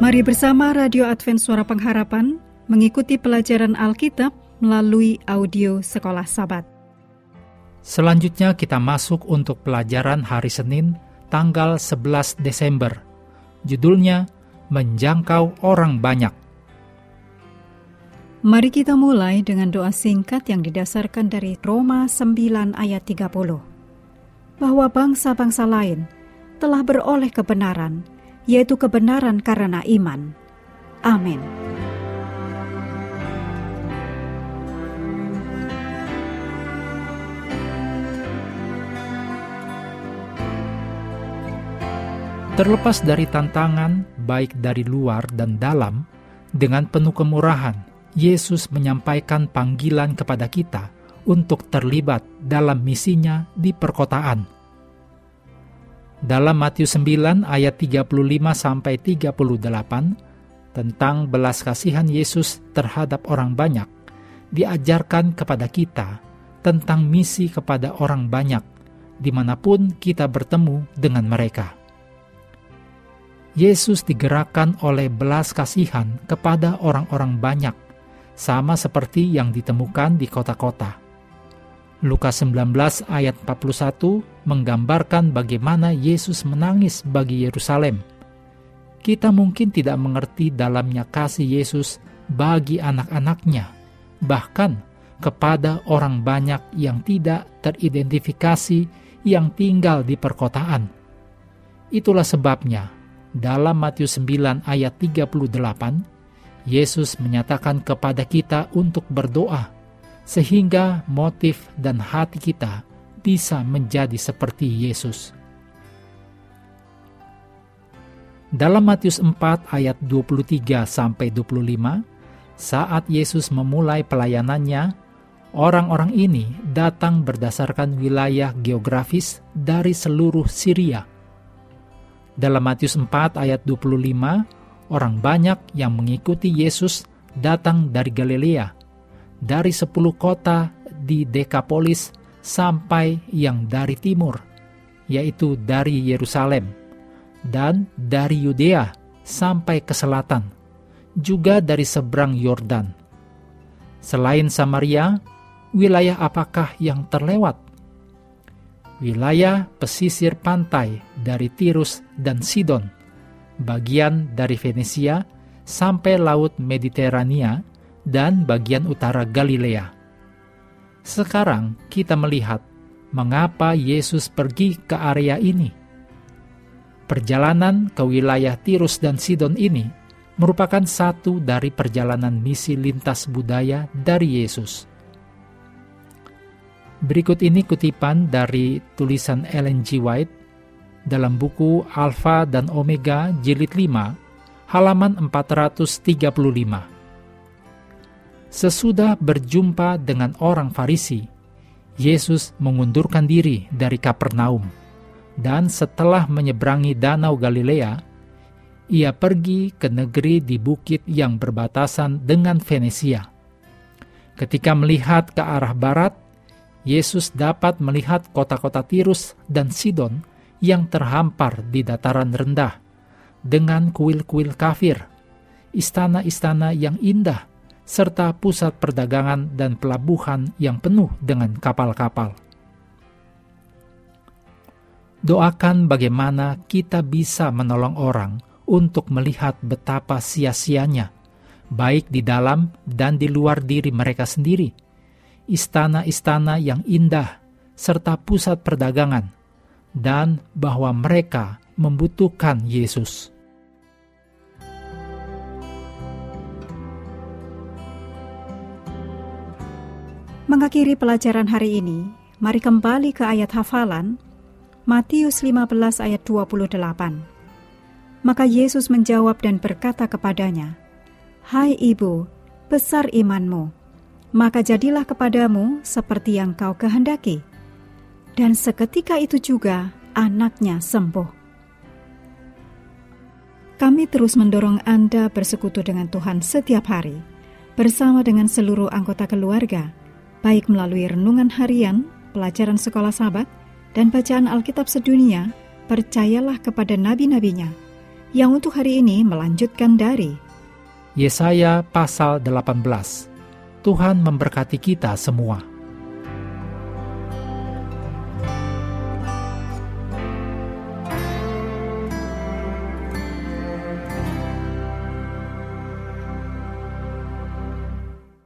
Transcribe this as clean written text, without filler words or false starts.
Mari bersama Radio Advent Suara Pengharapan mengikuti pelajaran Alkitab melalui audio Sekolah Sabat. Selanjutnya kita masuk untuk pelajaran hari Senin tanggal 11 Desember. Judulnya Menjangkau Orang Banyak. Mari kita mulai dengan doa singkat yang didasarkan dari Roma 9 ayat 30. Bahwa bangsa-bangsa lain telah beroleh kebenaran, yaitu kebenaran karena iman. Amin. Terlepas dari tantangan, baik dari luar dan dalam, dengan penuh kemurahan, Yesus menyampaikan panggilan kepada kita untuk terlibat dalam misinya di perkotaan. Dalam Matius 9 ayat 35-38 tentang belas kasihan Yesus terhadap orang banyak, diajarkan kepada kita tentang misi kepada orang banyak dimanapun kita bertemu dengan mereka. Yesus digerakkan oleh belas kasihan kepada orang-orang banyak, sama seperti yang ditemukan di kota-kota. Lukas 19 ayat 41 menggambarkan bagaimana Yesus menangis bagi Yerusalem. Kita mungkin tidak mengerti dalamnya kasih Yesus bagi anak-anaknya, bahkan kepada orang banyak yang tidak teridentifikasi yang tinggal di perkotaan. Itulah sebabnya, dalam Matius 9 ayat 38, Yesus menyatakan kepada kita untuk berdoa, sehingga motif dan hati kita bisa menjadi seperti Yesus. Dalam Matius 4 ayat 23-25, saat Yesus memulai pelayanannya, orang-orang ini datang berdasarkan wilayah geografis dari seluruh Syria. Dalam Matius 4 ayat 25, orang banyak yang mengikuti Yesus datang dari Galilea, dari 10 kota di Dekapolis sampai yang dari timur, yaitu dari Yerusalem, dan dari Yudea sampai ke selatan, juga dari seberang Yordan. Selain Samaria, wilayah apakah yang terlewat? Wilayah pesisir pantai dari Tirus dan Sidon, bagian dari Venesia sampai Laut Mediterania, dan bagian utara Galilea. Sekarang kita melihat mengapa Yesus pergi ke area ini. Perjalanan ke wilayah Tirus dan Sidon ini merupakan satu dari perjalanan misi lintas budaya dari Yesus. Berikut ini kutipan dari tulisan Ellen G. White dalam buku Alfa dan Omega Jilid 5, halaman 435. Sesudah berjumpa dengan orang Farisi, Yesus mengundurkan diri dari Kapernaum, dan setelah menyeberangi Danau Galilea, ia pergi ke negeri di bukit yang berbatasan dengan Venesia. Ketika melihat ke arah barat, Yesus dapat melihat kota-kota Tirus dan Sidon yang terhampar di dataran rendah, dengan kuil-kuil kafir, istana-istana yang indah, serta pusat perdagangan dan pelabuhan yang penuh dengan kapal-kapal. Doakan bagaimana kita bisa menolong orang untuk melihat betapa sia-sianya, baik di dalam dan di luar diri mereka sendiri, istana-istana yang indah, serta pusat perdagangan, dan bahwa mereka membutuhkan Yesus. Mengakhiri pelajaran hari ini, mari kembali ke ayat hafalan, Matius 15 ayat 28. Maka Yesus menjawab dan berkata kepadanya, "Hai ibu, besar imanmu, maka jadilah kepadamu seperti yang kau kehendaki." Dan seketika itu juga anaknya sembuh. Kami terus mendorong Anda bersekutu dengan Tuhan setiap hari, bersama dengan seluruh anggota keluarga, baik melalui renungan harian, pelajaran sekolah Sabat, dan bacaan Alkitab sedunia. Percayalah kepada nabi-nabinya, yang untuk hari ini melanjutkan dari Yesaya pasal 18. Tuhan memberkati kita semua.